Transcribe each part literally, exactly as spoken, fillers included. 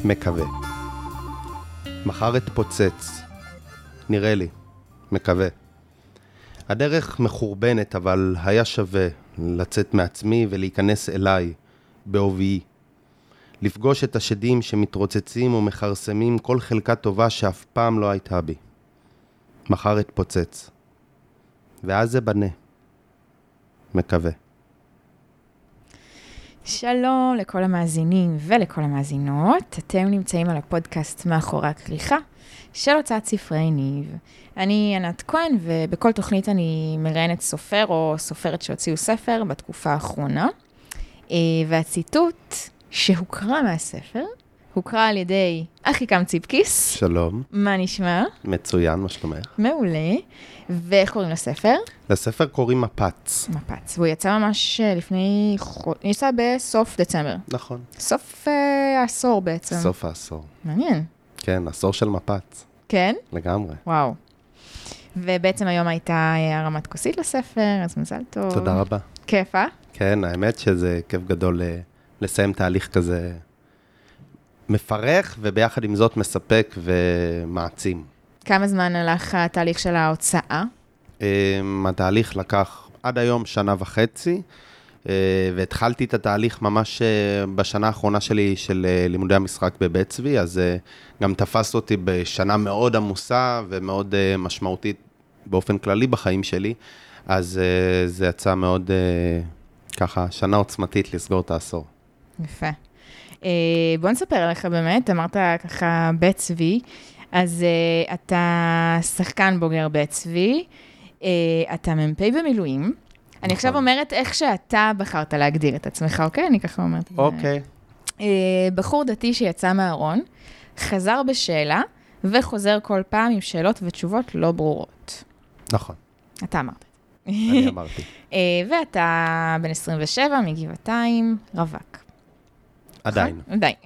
מקווה. מחר אתפוצץ. נראה לי. מקווה. הדרך מחורבנת, אבל היה שווה לצאת מעצמי ולהיכנס אליי, בעובי. לפגוש את השדים שמתרוצצים ומחרסמים כל חלקה טובה שאף פעם לא הייתה בי. מחר אתפוצץ. ואז זה בנה. מקווה. שלום לכל המאזינים ולכל המאזינות. אתם נמצאים על הפודקאסט מאחורי הכריכה של הוצאת ספרי ניב. אני ענת כהן, ובכל תוכנית אני מראיינת סופר או סופרת שהוציאו ספר בתקופה האחרונה. והציטוט שהוקרא מהספר, הוקרא על ידי אחיקם ציפקיס. שלום. מה נשמע? מצוין, מה שלומך? מעולה. ואיך קוראים לספר? לספר קוראים מפץ. מפץ. והוא יצא ממש לפני, יצא בסוף דצמבר. נכון. סוף אה, העשור בעצם. סוף העשור. מעניין. כן, עשור של מפץ. כן? לגמרי. וואו. ובעצם היום הייתה הרמת כוסית לספר, אז מזל טוב. תודה רבה. כיף, אה? כן, האמת שזה כיף גדול לסיים תהליך כזה מפרך, וביחד עם זאת מספק ומעצים. כמה זמן הלך התהליך של ההוצאה? התהליך לקח עד היום שנה וחצי, והתחלתי את התהליך ממש בשנה האחרונה שלי של לימודי המשחק בבית צבי, אז גם תפס אותי בשנה מאוד עמוסה ומאוד משמעותית באופן כללי בחיים שלי, אז זה יצא מאוד ככה שנה עוצמתית לסגור את העשור. יפה. בוא נספר עליך באמת, אמרת ככה בית צבי, אז uh, אתה שחקן בוגר בית צבי, uh, אתה ממפי במילואים. נכון. אני עכשיו אומרת איך שאתה בחרת להגדיר את עצמך, אוקיי? אני ככה אומרת. אוקיי. Uh, בחור דתי שיצא מהארון, חזר בשאלה, וחוזר כל פעם עם שאלות ותשובות לא ברורות. נכון. אתה אמרת. אני אמרתי. uh, ואתה בן עשרים ושבע, מגבעתיים, רווק. עדיין. עדיין.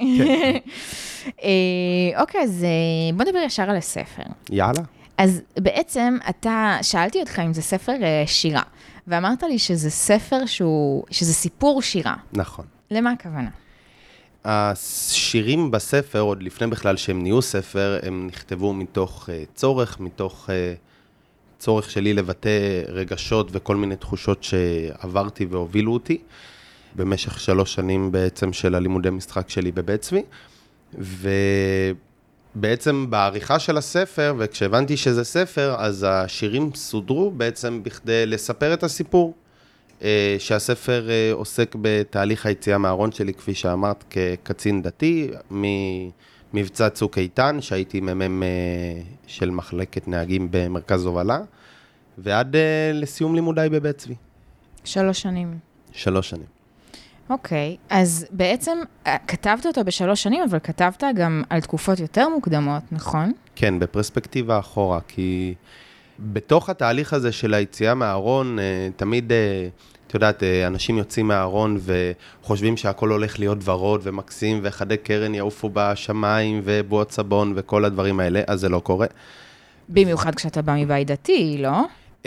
אוקיי, אז בוא נדבר ישר על הספר. יאללה. אז בעצם אתה, שאלתי אותך אם זה ספר שירה, ואמרת לי שזה ספר שהוא, שזה סיפור שירה. נכון. למה הכוונה? השירים בספר, עוד לפני בכלל שהם נהיו ספר, הם נכתבו מתוך צורך, מתוך צורך שלי לבטא רגשות וכל מיני תחושות שעברתי והובילו אותי. במשך שלוש שנים בעצם של הלימודי משחק שלי בבית צבי, ובעצם בעריכה של הספר, וכשהבנתי שזה ספר, אז השירים סודרו בעצם בכדי לספר את הסיפור, שהספר עוסק בתהליך היציאה מהארון שלי, כפי שאמרת, כקצין דתי, ממבצע צוק איתן, שהייתי ממם של מחלקת נהגים במרכז הובלה, ועד לסיום לימודיי בבית צבי. שלוש שנים. שלוש שנים. אוקיי, אז בעצם כתבת אותו בשלוש שנים, אבל כתבת גם על תקופות יותר מוקדמות, נכון? כן, בפרספקטיבה אחורה, כי בתוך התהליך הזה של היציאה מהארון, תמיד, את יודעת, אנשים יוצאים מהארון וחושבים שהכל הולך להיות ורוד ומקסים, וחדי קרן יעופו בשמיים ובועות סבון וכל הדברים האלה, אז זה לא קורה. במיוחד כשאתה בא מבית דתי, לא?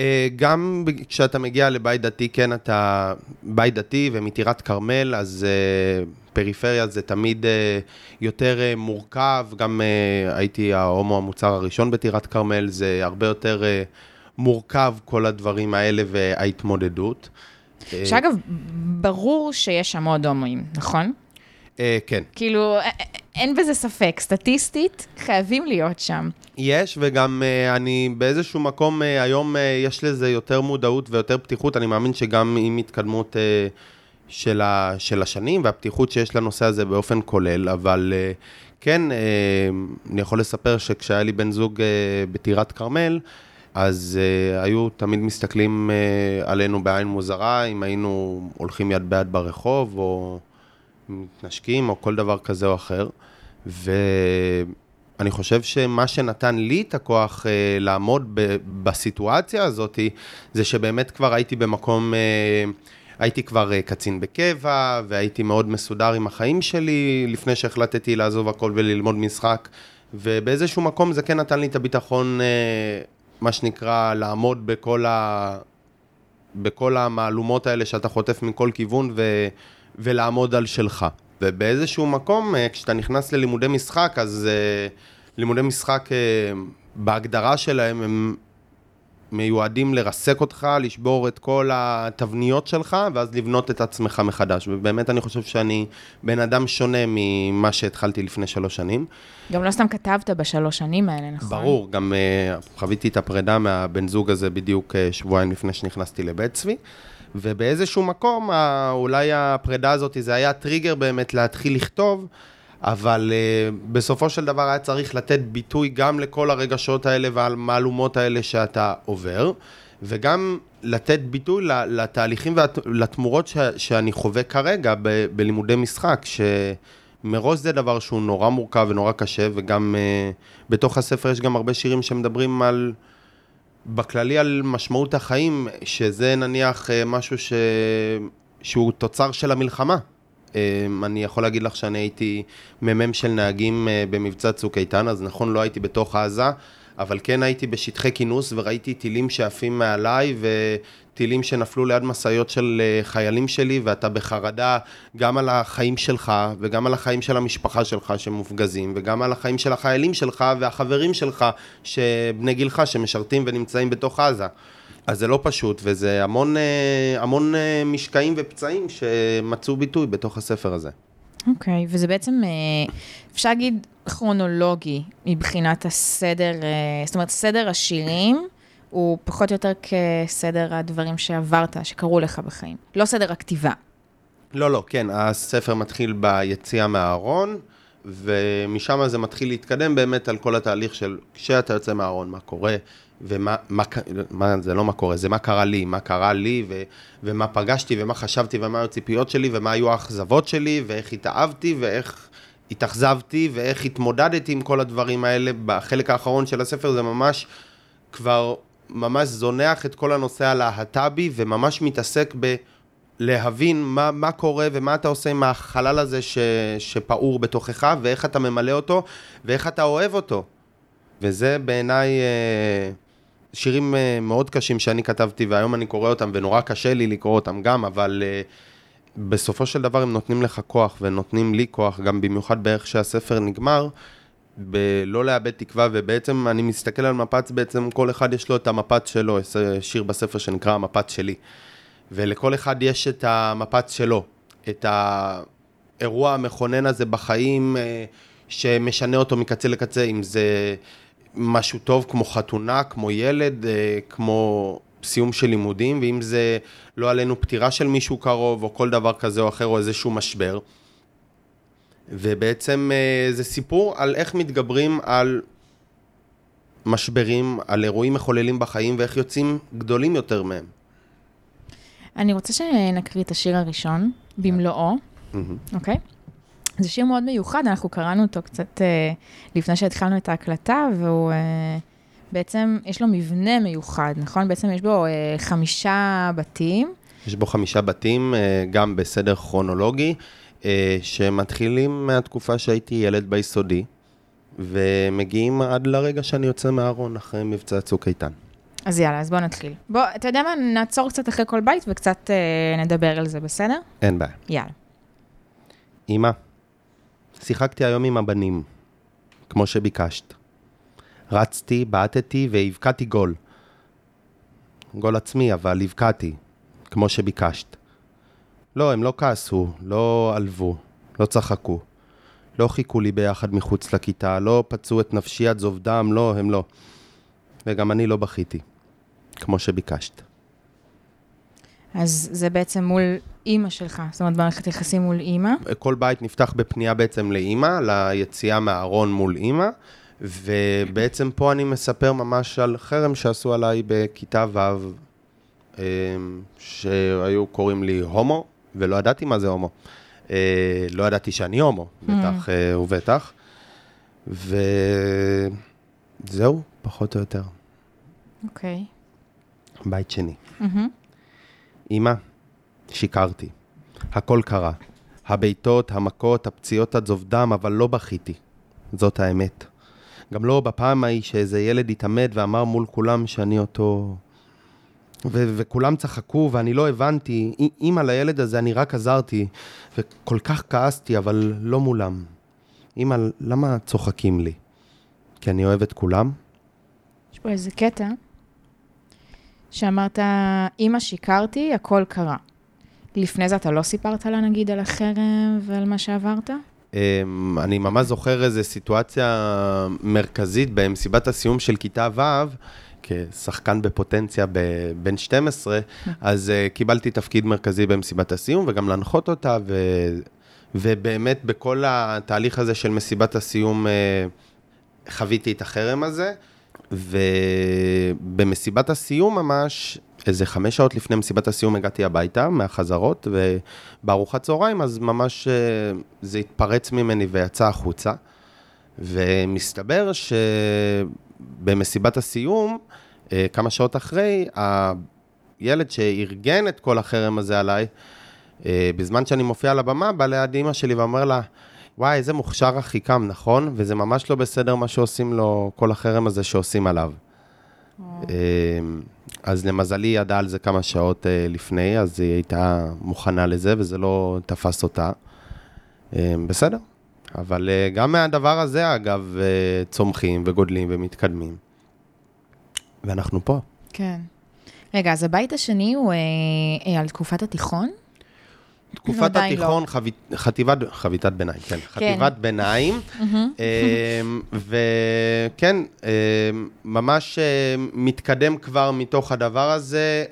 גם כשאתה מגיע לבית דתי, כן, אתה בית דתי ומטירת קרמל, אז פריפריה זה תמיד יותר מורכב, גם הייתי ההומו המוצר הראשון בטירת קרמל, זה הרבה יותר מורכב כל הדברים האלה וההתמודדות. שאגב, ברור שיש שם עוד הומואים, נכון? כן. כאילו, אין בזה ספק, סטטיסטית חייבים להיות שם. יש, וגם אני באיזשהו מקום, היום יש לזה יותר מודעות ויותר פתיחות, אני מאמין שגם עם התקדמות של, ה, של השנים, והפתיחות שיש לנושא הזה באופן כולל, אבל כן, אני יכול לספר שכשהיה לי בן זוג בטירת קרמל, אז היו תמיד מסתכלים עלינו בעין מוזרה, אם היינו הולכים יד ביד ברחוב, או מתנשקים, או כל דבר כזה או אחר, ו... אני חושב שמה שנתן לי את הכוח אה, לעמוד ב- בסיטואציה הזאת, זה שבאמת כבר הייתי במקום, אה, הייתי כבר אה, קצין בקבע, והייתי מאוד מסודר עם החיים שלי, לפני שהחלטתי לעזוב הכל וללמוד משחק, ובאיזשהו מקום זה כן נתן לי את הביטחון, אה, מה שנקרא, לעמוד בכל, ה... בכל המעלומות האלה שאתה חוטף מכל כיוון, ו... ולעמוד על שלך. ובאיזשהו מקום, כשאתה נכנס ללימודי משחק, אז לימודי משחק בהגדרה שלהם הם מיועדים לרסק אותך, לשבור את כל התבניות שלך, ואז לבנות את עצמך מחדש. ובאמת אני חושב שאני בן אדם שונה ממה שהתחלתי לפני שלוש שנים. גם לא סתם כתבת בשלוש שנים האלה, נכון? ברור, גם uh, חוויתי את הפרידה מהבן זוג הזה בדיוק uh, שבועיים לפני שנכנסתי לבית צבי, ובאיזשהו מקום, uh, אולי הפרידה הזאת, זה היה טריגר באמת להתחיל לכתוב, אבל uh, בסופו של דבר היה צריך לתת ביטוי גם לכל הרגשות האלה והמעלומות האלה שאתה עובר, וגם לתת ביטוי לתהליכים ולתמורות ש- שאני חווה כרגע ב- בלימודי משחק, שמראש זה דבר שהוא נורא מורכב ונורא קשה, וגם uh, בתוך הספר יש גם הרבה שירים שמדברים על, בכללי על משמעות החיים, שזה נניח uh, משהו ש... שהוא תוצר של המלחמה. אני יכול להגיד לך שאני הייתי ממם של נהגים במבצע צוק איתן, אז נכון, לא הייתי בתוך עזה, אבל כן הייתי בשטחי כינוס וראיתי טילים שעפים מעליי וטילים שנפלו ליד מסעיות של חיילים שלי, ואתה בחרדה גם על החיים שלך וגם על החיים של המשפחה שלך שמופגזים, וגם על החיים של החיילים שלך והחברים שלך שבני גילך שמשרתים ונמצאים בתוך עזה. אז זה לא פשוט, וזה המון, המון משקעים ופצעים שמצאו ביטוי בתוך הספר הזה. אוקיי, וזה בעצם, אפשר להגיד, כרונולוגי מבחינת הסדר, זאת אומרת, סדר השירים הוא פחות או יותר כסדר הדברים שעברת, שקרו לך בחיים. לא סדר הכתיבה. לא, לא, כן, הספר מתחיל ביציאה מהארון, ומשם זה מתחיל להתקדם באמת על כל התהליך של כשאתה יוצא מהארון, מה קורה, ומה, מה, מה, זה לא מה קורה, זה מה קרה לי, מה קרה לי, ו, ומה פגשתי, ומה חשבתי, ומה היו הציפיות שלי, ומה היו האכזבות שלי, ואיך התאהבתי, ואיך התאכזבתי, ואיך התמודדתי עם כל הדברים האלה. בחלק האחרון של הספר זה ממש כבר, ממש זונח את כל הנושא הלהט"בי, וממש מתעסק בלהבין מה, מה קורה, ומה אתה עושה עם החלל הזה ש, שפעור בתוכך, ואיך אתה ממלא אותו, ואיך אתה אוהב אותו. וזה בעיניי שירים מאוד קשים שאני כתבתי, והיום אני קורא אותם, ונורא קשה לי לקרוא אותם גם, אבל בסופו של דבר הם נותנים לך כוח, ונותנים לי כוח, גם במיוחד בערך שהספר נגמר, בלא לאבד תקווה, ובעצם אני מסתכל על מפץ, בעצם כל אחד יש לו את המפץ שלו, יש שיר בספר שנקרא המפץ שלי, ולכל אחד יש את המפץ שלו, את האירוע המכונן הזה בחיים, שמשנה אותו מקצה לקצה, אם זה משהו טוב כמו חתונה, כמו ילד, כמו סיום של לימודים, ואם זה לא עלינו פטירה של מישהו קרוב, או כל דבר כזה או אחר, או איזשהו משבר. ובעצם זה סיפור על איך מתגברים על משברים, על אירועים מחוללים בחיים, ואיך יוצאים גדולים יותר מהם. אני רוצה שנקריא את השיר הראשון, במלואו, אוקיי? זה שיר מאוד מיוחד, אנחנו קראנו אותו קצת לפני שהתחלנו את ההקלטה, והוא בעצם, יש לו מבנה מיוחד, נכון? בעצם יש בו חמישה בתים. יש בו חמישה בתים, גם בסדר כרונולוגי, שמתחילים מהתקופה שהייתי ילד ביסודי, ומגיעים עד לרגע שאני יוצא מהארון אחרי מבצע צוק איתן. אז יאללה, אז בוא נתחיל. בוא, אתה יודע מה, נעצור קצת אחרי כל בית, וקצת נדבר על זה, בסדר? אין בעיה. יאללה. אמא, שיחקתי היום עם הבנים, כמו שביקשת. רצתי, בעטתי והבקעתי גול. גול עצמי, אבל הבקעתי, כמו שביקשת. לא, הם לא כעסו, לא עלבו, לא צחקו. לא חיכו לי ביחד מחוץ לכיתה, לא פצעו את נפשי עד זוב דם, לא, הם לא. וגם אני לא בכיתי, כמו שביקשת. אז זה בעצם מול אימא שלך, זאת אומרת, מערכת יחסים מול אימא. כל בית נפתח בפנייה בעצם לאימא, ליציאה מהארון מול אימא, ובעצם פה אני מספר ממש על חרם שעשו עליי בכיתה ו', שהיו קוראים לי הומו, ולא ידעתי מה זה הומו. לא ידעתי שאני הומו, בטח ובטח. וזהו, פחות או יותר. אוקיי. בית שני. אמא, שיקרתי. הכל קרה. הביתות, המכות, הפציעות עד זוב דם, אבל לא בכיתי. זאת האמת. גם לא בפעם ההיא שאיזה ילד התעמד ואמר מול כולם שאני אותו... ו- וכולם צחקו, ואני לא הבנתי. אמא לילד הזה, אני רק עזרתי, וכל כך כעסתי, אבל לא מולם. אמא, למה צוחקים לי? כי אני אוהב את כולם? יש פה איזה קטע, שאמרת, אמא שיקרתי, הכל קרה. לפני זה אתה לא סיפרת לה, נגיד, על החרם ועל מה שעברת? אני ממש זוכר איזו סיטואציה מרכזית במסיבת הסיום של כיתה ו', כשחקן בפוטנציה בין שתים עשרה, אז קיבלתי תפקיד מרכזי במסיבת הסיום, וגם להנחות אותה, ו... ובאמת בכל התהליך הזה של מסיבת הסיום חוויתי את החרם הזה, ובמסיבת הסיום ממש, איזה חמש שעות לפני מסיבת הסיום הגעתי הביתה מהחזרות, ובארוחת צהריים אז ממש זה התפרץ ממני ויצא החוצה, ומסתבר שבמסיבת הסיום, כמה שעות אחרי, הילד שארגן את כל החרם הזה עליי, בזמן שאני מופיע על הבמה, בא ליד אמא שלי ואומר לה, וואי, איזה מוכשר הכי קם, נכון? וזה ממש לא בסדר מה שעושים לו, כל החרם הזה שעושים עליו. אז למזלי היא ידעה על זה כמה שעות לפני, אז היא הייתה מוכנה לזה, וזה לא תפס אותה. בסדר. אבל גם מהדבר הזה, אגב, צומחים וגודלים ומתקדמים. ואנחנו פה. כן. רגע, אז הבית השני הוא על תקופת התיכון? תקופת התיכון, חטיבת, חביתת ביניים, כן, חטיבת ביניים, וכן, ממש מתקדם כבר מתוך הדבר הזה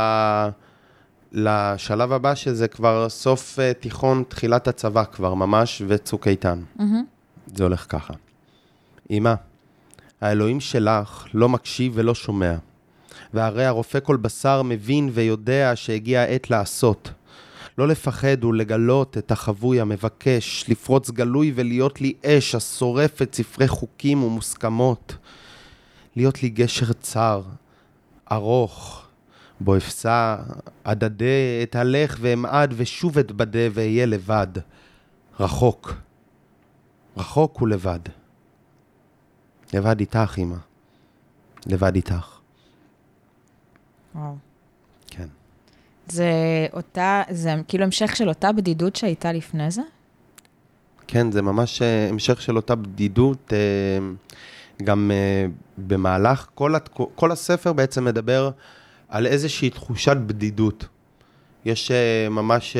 לשלב הבא, שזה כבר סוף תיכון, תחילת הצבא כבר, ממש, וצוק איתן. זה הולך ככה. אמא, האלוהים שלך לא מקשיב ולא שומע, והרי הרופא כל בשר מבין ויודע שהגיע העת לעשות. לא לפחד ולגלות את החבוי המבקש, לפרוץ גלוי ולהיות לי אש השורפת ספרי חוקים ומוסכמות. להיות לי גשר צר, ארוך, בו אפסע, אדדה, את הלך ואמעד ושוב אתבדה ואהיה לבד. רחוק, רחוק ולבד. לבד איתך, אמא. לבד איתך. וואו. כן. זה אותה, זה כאילו המשך של אותה בדידות שהייתה לפני זה? כן, זה ממש המשך של אותה בדידות, גם במהלך, כל, כל הספר בעצם מדבר על איזושהי תחושת בדידות. יש ממש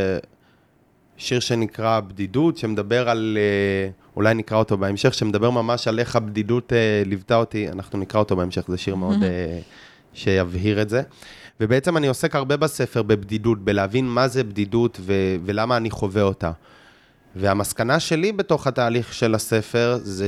שיר שנקרא בדידות, שמדבר על, אולי נקרא אותו בהמשך, שמדבר ממש על איך הבדידות ליוותה אותי, אנחנו נקרא אותו בהמשך, זה שיר מאוד שיבהיר את זה. ובעצם אני עוסק הרבה בספר בבדידות, בלהבין מה זה בדידות ו- ולמה אני חווה אותה. והמסקנה שלי בתוך התהליך של הספר זה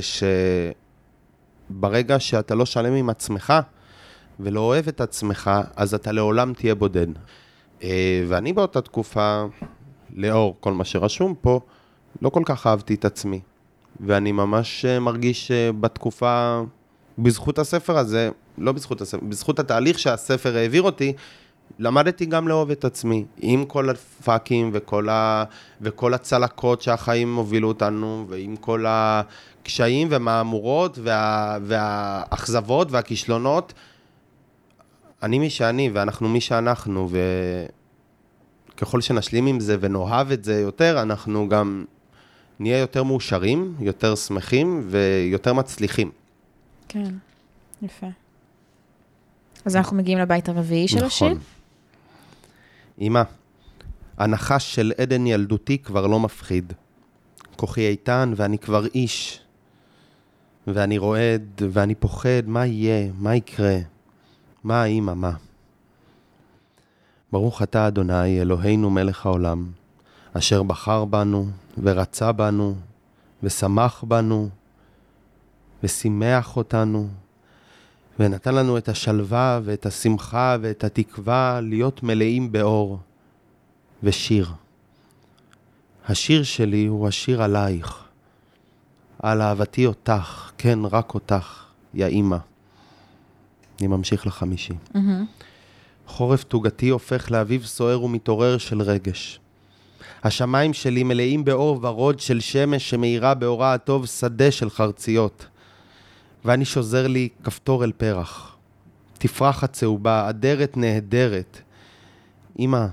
שברגע שאתה לא שלם עם עצמך ולא אוהב את עצמך, אז אתה לעולם תהיה בודד. ואני באותה תקופה, לאור כל מה שרשום פה, לא כל כך אהבתי את עצמי. ואני ממש מרגיש בתקופה, בזכות הספר הזה, לא בזכות הספר, בזכות התהליך שהספר העביר אותי, למדתי גם לאהוב את עצמי, עם כל הפאקים וכל, ה... וכל הצלקות שהחיים הובילו אותנו, ועם כל הקשיים ומאמורות וה... והאכזבות והכישלונות. אני מי שאני ואנחנו מי שאנחנו, וככל שנשלים עם זה ונאהב את זה יותר, אנחנו גם נהיה יותר מאושרים, יותר שמחים ויותר מצליחים. כן, יפה. אז אנחנו מגיעים לבית הרביעי של השיר. נכון. אמא, הנחש של עדן ילדותי כבר לא מפחיד. כוחי איתן ואני כבר איש. ואני רועד ואני פוחד, מה יהיה, מה יקרה? מה אמא, מה? ברוך אתה אדוני, אלוהינו מלך העולם, אשר בחר בנו ורצה בנו ושמח בנו ושימח אותנו. ונתן לנו את השלווה ואת השמחה ואת התקווה להיות מלאים באור ושיר. השיר שלי הוא השיר עלייך, על אהבתי אותך, כן, רק אותך, יא אמא. אני ממשיך לחמישי. Mm-hmm. חורף תוגתי הופך לאביב סוער ומתעורר של רגש. השמיים שלי מלאים באור ורוד של שמש שמאירה באורה הטוב שדה של חרציות. ואני שוזר לי כפתור אל פרח. תפרחת צהובה, אדרת נהדרת. אמא,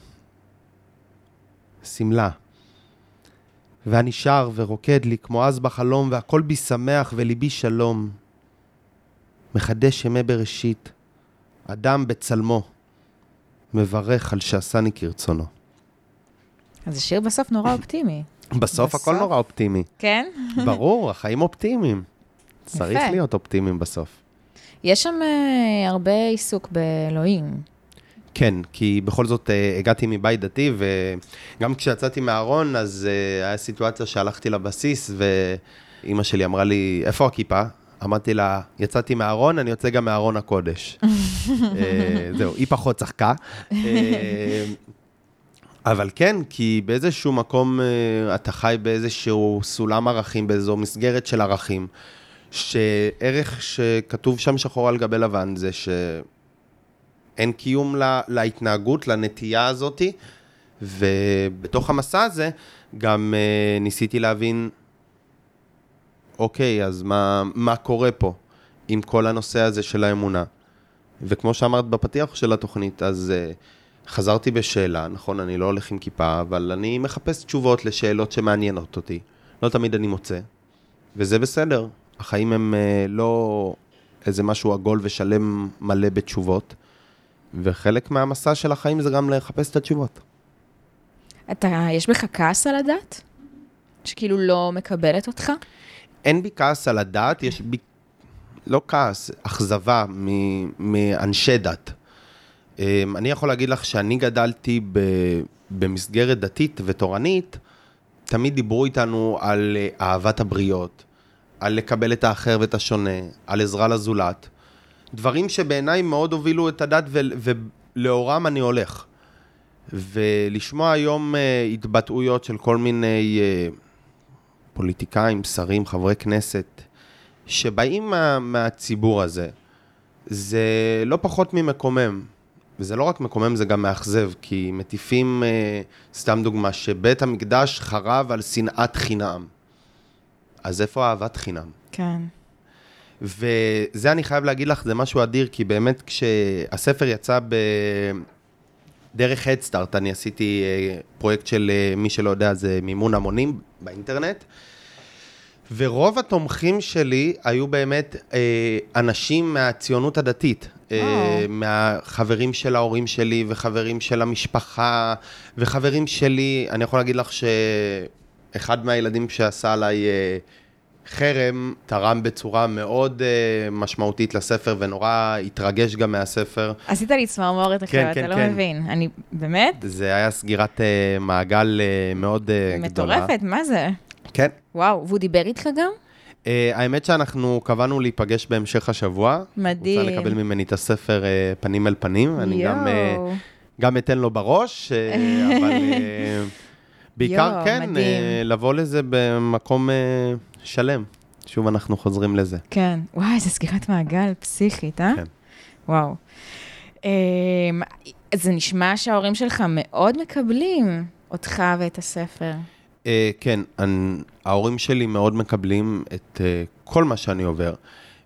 סמלה. ואני שר ורוקד לי כמו אז בחלום, והכל בי שמח וליבי שלום. מחדש ימי בראשית, אדם בצלמו, מברך על שעשני כרצונו. אז השיר בסוף נורא אופטימי. בסוף הכל נורא אופטימי. כן? ברור, החיים אופטימיים. צריך להיות אופטימיים בסוף. יש שם uh, הרבה עיסוק באלוהים. כן, כי בכל זאת uh, הגעתי מבית דתי, וגם כשיצאתי מהארון, אז uh, היה סיטואציה שהלכתי לבסיס, ואימא שלי אמרה לי, איפה הכיפה? אמרתי לה, יצאתי מהארון, אני יוצא גם מהארון הקודש. uh, זהו, היא פחות צחקה. Uh, אבל כן, כי באיזשהו מקום uh, אתה חי באיזשהו סולם ערכים, באיזו מסגרת של ערכים, שערך שכתוב שם שחור על גבי לבן זה שאין קיום לה, להתנהגות, לנטייה הזאת, ובתוך המסע הזה גם uh, ניסיתי להבין, אוקיי, אז מה, מה קורה פה עם כל הנושא הזה של האמונה? וכמו שאמרת בפתיח של התוכנית, אז uh, חזרתי בשאלה, נכון, אני לא הולך עם כיפה, אבל אני מחפש תשובות לשאלות שמעניינות אותי. לא תמיד אני מוצא, וזה בסדר. החיים הם uh, לא איזה משהו עגול ושלם מלא בתשובות, וחלק מהמסע של החיים זה גם לחפש את התשובות. אתה, יש בך כעס על הדת? שכאילו לא מקבלת אותך? אין בי כעס על הדת, יש בי, לא כעס, אכזבה מ- מאנשי דת. Um, אני יכול להגיד לך שאני גדלתי ב- במסגרת דתית ותורנית, תמיד דיברו איתנו על uh, אהבת הבריות, על לקבל את האחר ואת השונה, על עזרה לזולת. דברים שבעיניי מאוד הובילו את הדת ו- ולאורם אני הולך. ולשמוע היום uh, התבטאויות של כל מיני uh, פוליטיקאים, שרים, חברי כנסת, שבאים מה, מהציבור הזה, זה לא פחות ממקומם. וזה לא רק מקומם, זה גם מאכזב, כי מטיפים, uh, סתם דוגמה, שבית המקדש חרב על שנאת חינם. אז איפה אהבת חינם? כן. וזה אני חייב להגיד לך, זה משהו אדיר, כי באמת כשהספר יצא בדרך הדסטארט, אני עשיתי פרויקט של מי שלא יודע, זה מימון המונים באינטרנט, ורוב התומכים שלי היו באמת אנשים מהציונות הדתית, oh. מהחברים של ההורים שלי וחברים של המשפחה, וחברים שלי, אני יכול להגיד לך שאחד מהילדים שעשה עליי חרם, תרם בצורה מאוד uh, משמעותית לספר, ונורא התרגש גם מהספר. עשית לי צמרמורת אחרת, כן, אתה לא כן. מבין. אני, באמת? זה היה סגירת uh, מעגל uh, מאוד uh, גדולה. מטורפת, מה זה? כן. וואו, והוא דיבר איתך גם? Uh, האמת שאנחנו קבענו להיפגש בהמשך השבוע. מדהים. רוצה לקבל ממני את הספר uh, פנים אל פנים. אני גם, uh, גם אתן לו בראש, uh, אבל uh, בעיקר יו, כן, uh, לבוא לזה במקום... Uh, שלם. שוב אנחנו חוזרים לזה. כן. וואי, זה סגירת מעגל פסיכית, אה? כן. וואו. זה נשמע שההורים שלך מאוד מקבלים אותך ואת הספר. כן, ההורים שלי מאוד מקבלים את כל מה שאני עובר.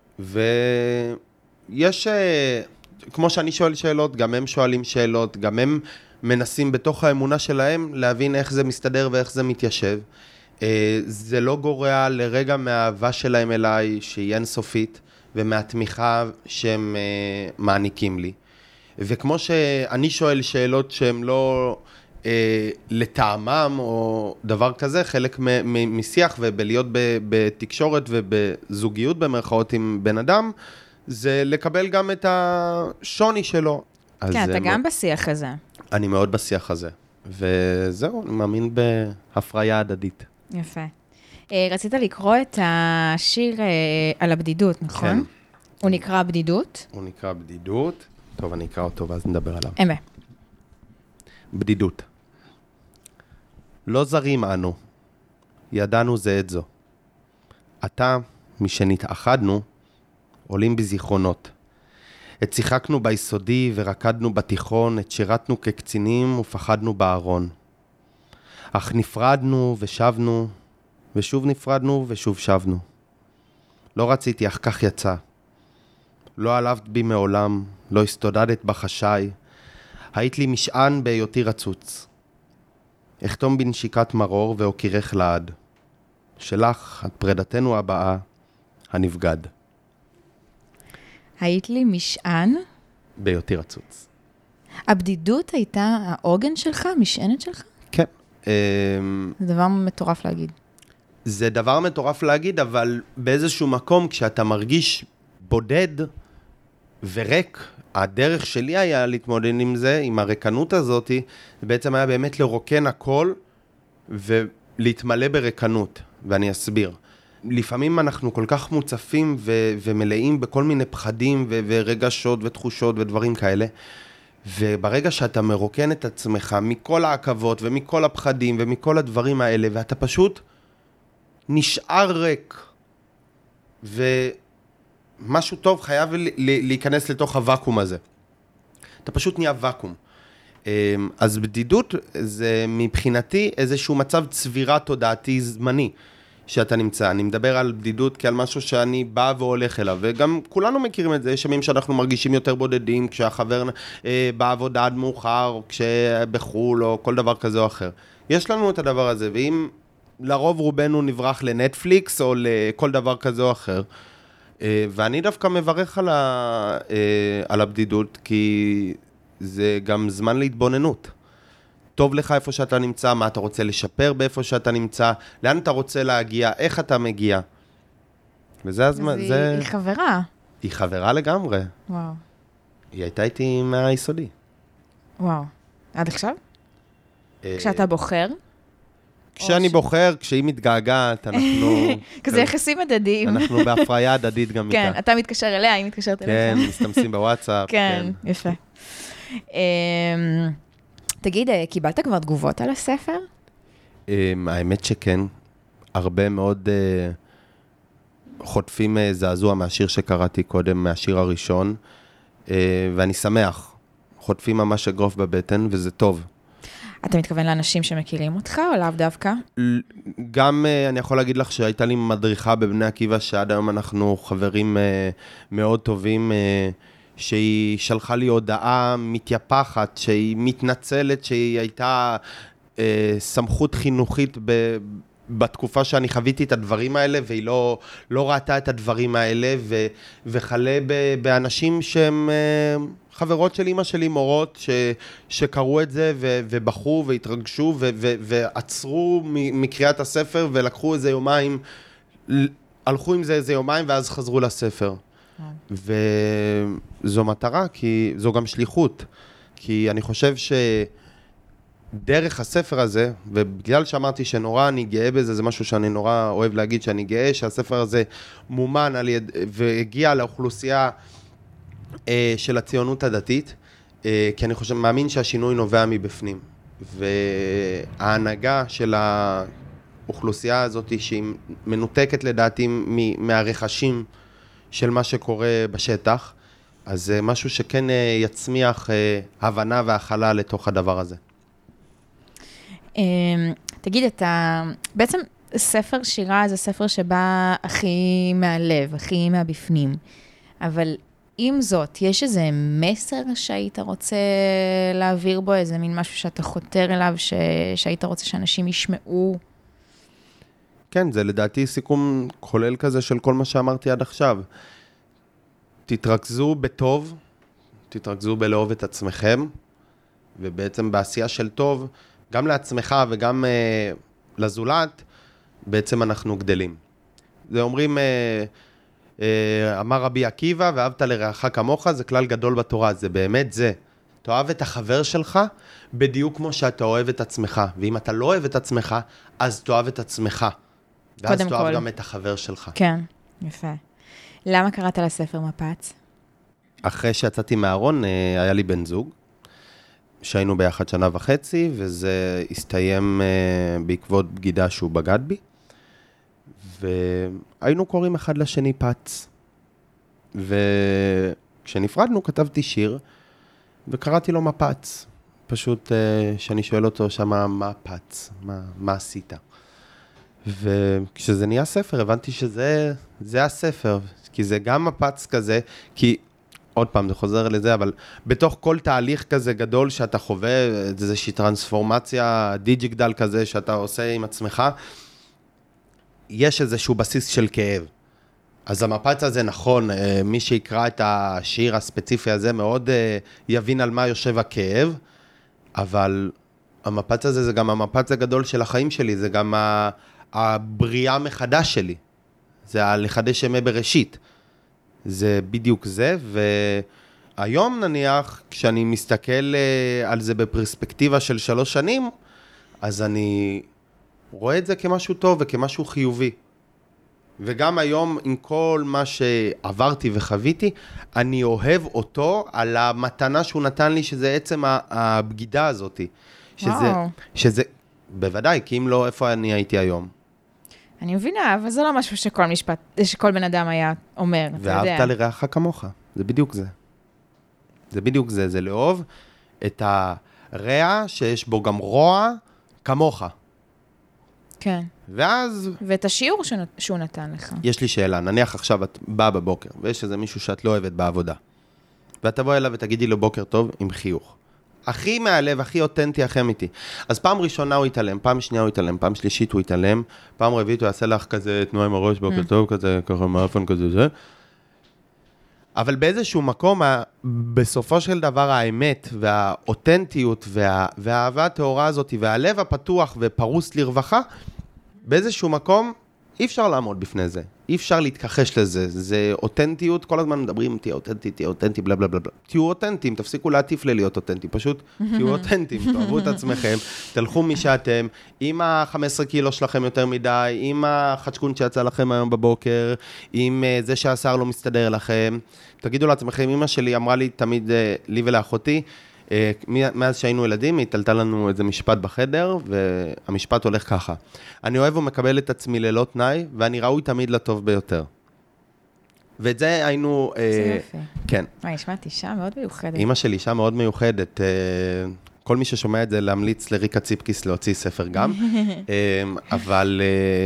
ויש, כמו שאני שואל שאלות, גם הם שואלים שאלות, גם הם מנסים בתוך האמונה שלהם להבין איך זה מסתדר ואיך זה מתיישב. זה לא גורע לרגע מהאהבה שלהם אליי, שהיא אינסופית, ומהתמיכה שהם מעניקים לי. וכמו שאני שואל שאלות שהן לא לטעמם או דבר כזה, חלק משיח ובלהיות בתקשורת ובזוגיות במרכאות עם בן אדם, זה לקבל גם את השוני שלו. כן, אתה גם בשיח הזה. אני מאוד בשיח הזה. וזהו, אני מאמין בהפריה הדדית. יפה. רצית לקרוא את השיר על הבדידות, נכון? כן. הוא נקרא בדידות? הוא נקרא בדידות. טוב, אני אקרא אותו ואז נדבר עליו. אמה. בדידות. לא זרים אנו, ידענו זה את זו. עתה, משנתאחדנו, עולים בזיכרונות. את שיחקנו ביסודי ורקדנו בתיכון, את שירתנו כקצינים ופחדנו בארון. אך נפרדנו ושבנו, ושוב נפרדנו ושוב שבנו. לא רציתי, אך כך יצא. לא עלבת בי מעולם, לא הסתודדת בחשאי. היית לי משען בהיותי רצוץ. אחתום בנשיקת מרור והוקירך לעד. שלך, את פרדתנו הבאה, הנבגד. היית לי משען? בהיותי רצוץ. הבדידות הייתה העוגן שלך, משענת שלך? כן. זה דבר מטורף להגיד. זה דבר מטורף להגיד, אבל באיזשהו מקום, כשאתה מרגיש בודד וריק, הדרך שלי היה להתמודד עם זה, עם הרקנות הזאת, זה בעצם היה באמת לרוקן הכל ולהתמלא ברקנות, ואני אסביר. לפעמים אנחנו כל כך מוצפים ו- ומלאים בכל מיני פחדים ו- ורגשות ותחושות ודברים כאלה, וברגע שאתה מרוקן את עצמך מכל העכבות ומכל הפחדים ומכל הדברים האלה, ואתה פשוט נשאר ריק, ומשהו טוב חייב להיכנס לתוך הוואקום הזה. אתה פשוט נהיה וואקום. אז בדידות זה מבחינתי איזשהו מצב צבירה תודעתי זמני שאתה נמצא. אני מדבר על בדידות כעל משהו שאני בא והולך אליו, וגם כולנו מכירים את זה. יש ימים שאנחנו מרגישים יותר בודדים, כשהחבר אה, בעבודה עד מאוחר, או כשבחול, או כל דבר כזה או אחר. יש לנו את הדבר הזה, ואם לרוב רובנו נברח לנטפליקס, או לכל דבר כזה או אחר, אה, ואני דווקא מברך על, ה, אה, על הבדידות, כי זה גם זמן להתבוננות. טוב לך איפה שאתה נמצא, מה אתה רוצה לשפר באיפה שאתה נמצא, לאן אתה רוצה להגיע, איך אתה מגיע. וזה הזמן, אז זה... היא חברה. היא חברה לגמרי. וואו. היא הייתה איתי מהיסודי. וואו. עד עכשיו? כשאתה בוחר? כשאני בוחר, כשהיא מתגעגעת, אנחנו... כזה יחסים הדדיים. אנחנו בהפריה הדדית גם איתה. כן, אתה מתקשר אליה, היא מתקשרת אליך. כן, מסתמסים בוואטסאפ. כן, יפה. תגיד, קיבלת כבר תגובות על הספר? האמת שכן. הרבה מאוד חוטפים זעזוע מהשיר שקראתי קודם, מהשיר הראשון, ואני שמח. חוטפים ממש אגרוף בבטן, וזה טוב. אתה מתכוון לאנשים שמכירים אותך, או לאו דווקא? גם אני יכול להגיד לך שהייתה לי מדריכה בבני עקיבא, שעד היום אנחנו חברים מאוד טובים, שהיא שלחה לי הודעה מתייפחת, שהיא מתנצלת, שהיא הייתה אה, סמכות חינוכית ב, בתקופה שאני חוויתי את הדברים האלה, והיא לא, לא ראתה את הדברים האלה, ו, וחלה ב, באנשים שהם אה, חברות של אמא שלי, מורות, ש, שקראו את זה, ו, ובחרו והתרגשו, ו, ו, ועצרו מקריאת הספר, ולקחו איזה יומיים, הלכו עם זה איזה יומיים, ואז חזרו לספר. וזו מטרה, כי זו גם שליחות, כי אני חושב שדרך הספר הזה, ובגלל שאמרתי שנורא אני גאה בזה, זה משהו שאני נורא אוהב להגיד שאני גאה, שהספר הזה מומן על יד, והגיע לאוכלוסייה אה, של הציונות הדתית, אה, כי אני חושב, מאמין שהשינוי נובע מבפנים, וההנהגה של האוכלוסייה הזאת, שהיא מנותקת לדעתי מהרכשים, של מה שקורה בשטח, אז זה משהו שכן יצמיח הבנה והכלה לתוך הדבר הזה. תגיד, אתה... בעצם ספר שירה זה ספר שבא הכי מהלב, הכי מהבפנים, אבל עם זאת, יש איזה מסר שהיית רוצה להעביר בו, איזה מין משהו שאתה חותר אליו, ש... שהיית רוצה שאנשים ישמעו? כן, זה לדעתי סיכום כולל כזה של כל מה שאמרתי עד עכשיו. תתרכזו בטוב, תתרכזו בלאהוב את עצמכם, ובעצם בעשייה של טוב, גם לעצמך וגם אה, לזולת, בעצם אנחנו גדלים. זה אומרים, אה, אה, אמר רבי עקיבא, ואהבת לרעך כמוך, זה כלל גדול בתורה, זה באמת זה. תאהב את החבר שלך בדיוק כמו שאתה אוהב את עצמך, ואם אתה לא אוהב את עצמך, אז תאהב את עצמך. ואז תאהב כל. גם את החבר שלך. כן, יפה. למה קראת לספר מפץ? אחרי שיצאתי מהארון, היה לי בן זוג, שהיינו ביחד שנה וחצי, וזה הסתיים בעקבות בגידה שהוא בגד בי, והיינו קוראים אחד לשני פץ. וכשנפרדנו כתבתי שיר, וקראתי לו מפץ. פשוט שאני שואל אותו שמה, מה פץ? מה, מה עשית? וכשזה נהיה ספר, הבנתי שזה זה הספר, כי זה גם מפץ כזה, כי עוד פעם, זה חוזר לזה, אבל בתוך כל תהליך כזה גדול שאתה חווה, איזושהי טרנספורמציה דיג'יגדל כזה שאתה עושה עם עצמך, יש איזשהו בסיס של כאב. אז המפץ הזה נכון, מי שיקרא את השיר הספציפי הזה מאוד יבין על מה יושב הכאב, אבל המפץ הזה זה גם המפץ הגדול של החיים שלי, זה גם הבריאה מחדש שלי. זה הלחדש ימי בראשית. זה בדיוק זה, והיום נניח, כשאני מסתכל על זה בפרספקטיבה של שלוש שנים, אז אני רואה את זה כמשהו טוב וכמשהו חיובי. וגם היום, עם כל מה שעברתי וחוויתי, אני אוהב אותו על המתנה שהוא נתן לי, שזה עצם הבגידה הזאת. שזה, וואו. שזה, בוודאי, כי אם לא, איפה אני הייתי היום? אני מבינה, אבל זה לא משהו שכל משפט, שכל בן אדם היה אומר, אתה יודע. ואהבת לרעך כמוך, זה בדיוק זה. זה בדיוק זה, זה לאהוב את הרע שיש בו גם רוע כמוך. כן. ואז... ואת השיעור שנת, שהוא נתן לך. יש לי שאלה, נניח עכשיו את באה בבוקר, ויש איזה מישהו שאת לא אוהבת בעבודה, ואת תבוא אליו ותגידי לו בוקר טוב עם חיוך. הכי מהלב, הכי אותנטי, הכי אמיתי. אז פעם ראשונה הוא יתעלם, פעם שנייה הוא יתעלם, פעם שלישית הוא יתעלם, פעם רביעית הוא יעשה לך כזה תנועה עם הראש, בוקר טוב, כזה, ככה מאפן כזה, זה. אבל באיזשהו מקום, בסופו של דבר האמת והאותנטיות וה, והאהבה התאורה הזאת והלב הפתוח ופרוס לרווחה, באיזשהו מקום אי אפשר לעמוד בפני זה. אי אפשר להתכחש לזה. זה אותנטיות, כל הזמן מדברים, תהיה אותנטי, תהיה אותנטי, בלה בלה בלה. תהיו אותנטיים, תפסיקו להטיף להיות אותנטי, פשוט תהיו אותנטיים, תאהבו את עצמכם, תלכו מי שאתם, עם ה-חמישה עשר קילו שלכם יותר מדי, עם החדשקון שיצא לכם היום בבוקר, עם זה שהשר לא מסתדר לכם. תגידו לעצמכם, אמא שלי אמרה לי תמיד, לי ולאחותי, מאז שהיינו ילדים, היא תלתה לנו איזה משפט בחדר, והמשפט הולך ככה. אני אוהב ומקבל את עצמי ללא תנאי, ואני ראוי תמיד לטוב ביותר. ואת זה היינו... זה יופי. כן. מה, נשמעת אישה מאוד מיוחדת. אמא שלי אישה מאוד מיוחדת. כל מי ששומע את זה, להמליץ לריקה ציפקיס להוציא ספר גם. אבל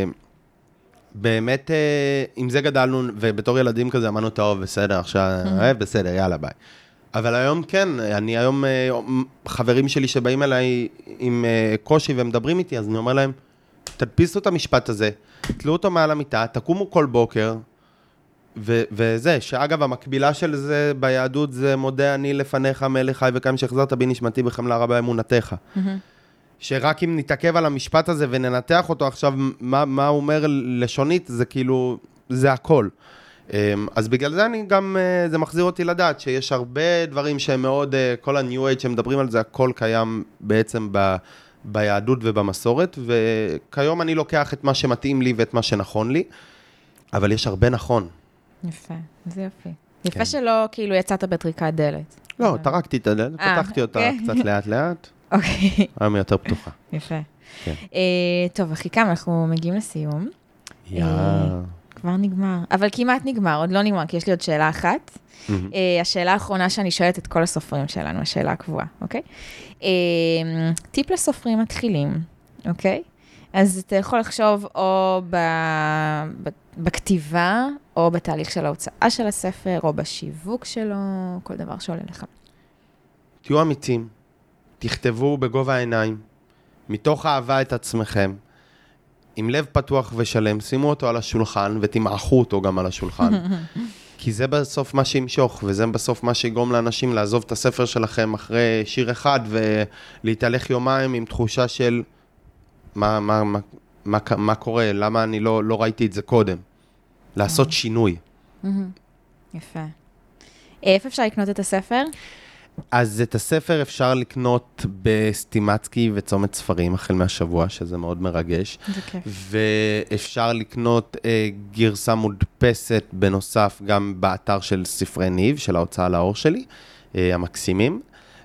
באמת, עם זה גדלנו, ובתור ילדים כזה אמרנו, טוב, בסדר, עכשיו, בסדר, יאללה, ביי. אבל היום כן, אני היום, חברים שלי שבאים אליי עם קושי ומדברים איתי, אז אני אומר להם, תדפיסו את המשפט הזה, תלו אותו מעל המיטה, תקומו כל בוקר, ו- וזה, שאגב, המקבילה של זה ביהדות, זה מודה אני לפניך מלך חי וקיים שהחזרת בי נשמתי בחמלה רבה אמונתך. Mm-hmm. שרק אם נתעכב על המשפט הזה וננתח אותו עכשיו, מה, מה הוא אומר לשונית, זה כאילו, זה הכל. אז בגלל זה אני גם, זה מחזיר אותי לדעת שיש הרבה דברים שהם מאוד, כל ה-New Age שמדברים על זה, הכל קיים בעצם ב, ביהדות ובמסורת, וכיום אני לוקח את מה שמתאים לי ואת מה שנכון לי, אבל יש הרבה נכון. יפה, זה יופי. יפה כן. שלא כאילו יצאת בטריקת דלת. לא, טרקתי את הדלת, פתחתי אותה okay. קצת לאט לאט, אוקיי. היום היא יותר פתוחה. יפה. כן. Uh, טוב, אחי כמה, אנחנו מגיעים לסיום. יא. כבר נגמר, אבל כמעט נגמר, עוד לא נגמר, כי יש לי עוד שאלה אחת. Mm-hmm. Uh, השאלה האחרונה שאני שואלת את כל הסופרים שלנו, השאלה הקבועה, אוקיי? Uh, טיפ לסופרים מתחילים, אוקיי? אז אתה יכול לחשוב או ב... ב... בכתיבה, או בתהליך של ההוצאה של הספר, או בשיווק שלו, כל דבר שעולה לך. תהיו אמיצים, תכתבו בגובה העיניים, מתוך אהבה את עצמכם, עם לב פתוח ושלם, שימו אותו על השולחן ותמעכו אותו גם על השולחן. כי זה בסוף מה שימשוך, וזה בסוף מה שיגרום לאנשים לעזוב את הספר שלכם אחרי שיר אחד, ולהתהלך יומיים עם תחושה של מה, מה, מה, מה, מה קורה, למה אני לא, לא ראיתי את זה קודם. לעשות שינוי. יפה. איפה אפשר לקנות את הספר? אז את הספר אפשר לקנות בסטימצקי וצומת ספרים, החל מהשבוע, שזה מאוד מרגש. זה כיף. ואפשר לקנות אה, גרסה מודפסת בנוסף גם באתר של ספרי ניב, של ההוצאה לאור שלי, אה, המקסימים.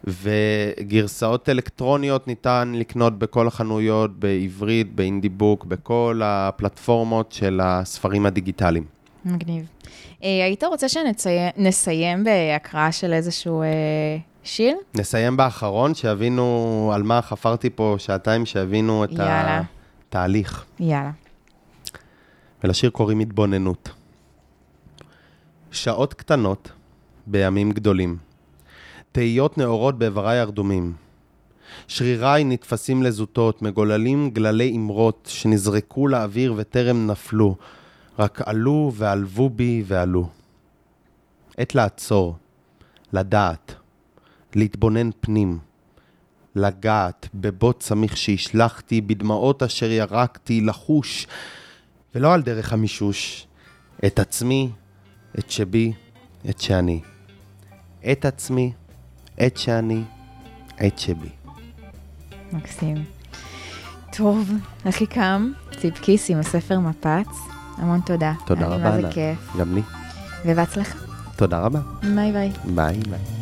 וגרסאות אלקטרוניות ניתן לקנות בכל החנויות, בעברית, באינדי בוק, בכל הפלטפורמות של הספרים הדיגיטליים. מגניב. היית רוצה שנסיים בהקראה של איזשהו שיר? נסיים באחרון, שיבינו על מה חפרתי פה שעתיים, שיבינו את יאללה. התהליך. יאללה. ולשיר קוראים התבוננות. שעות קטנות, בימים גדולים. תהיות נאורות בעבריי הרדומים. שריריי נתפסים לזוטות, מגוללים גללי אמרות שנזרקו לאוויר וטרם נפלו, רק עלו ועלבו בי ועלו. עת לעצור, לדעת, להתבונן פנים, לגעת בבוט סמיך שהשלחתי, בדמעות אשר ירקתי, לחוש, ולא על דרך המישוש, את עצמי, את שבי, את שאני. את עצמי, את שאני, את שבי. מקסים. טוב, אחי קם, ציפקיס עם הספר מפץ. המון תודה. תודה רבה. מה זה כיף. גם לי. ובהצלחה. תודה רבה. ביי ביי. ביי ביי.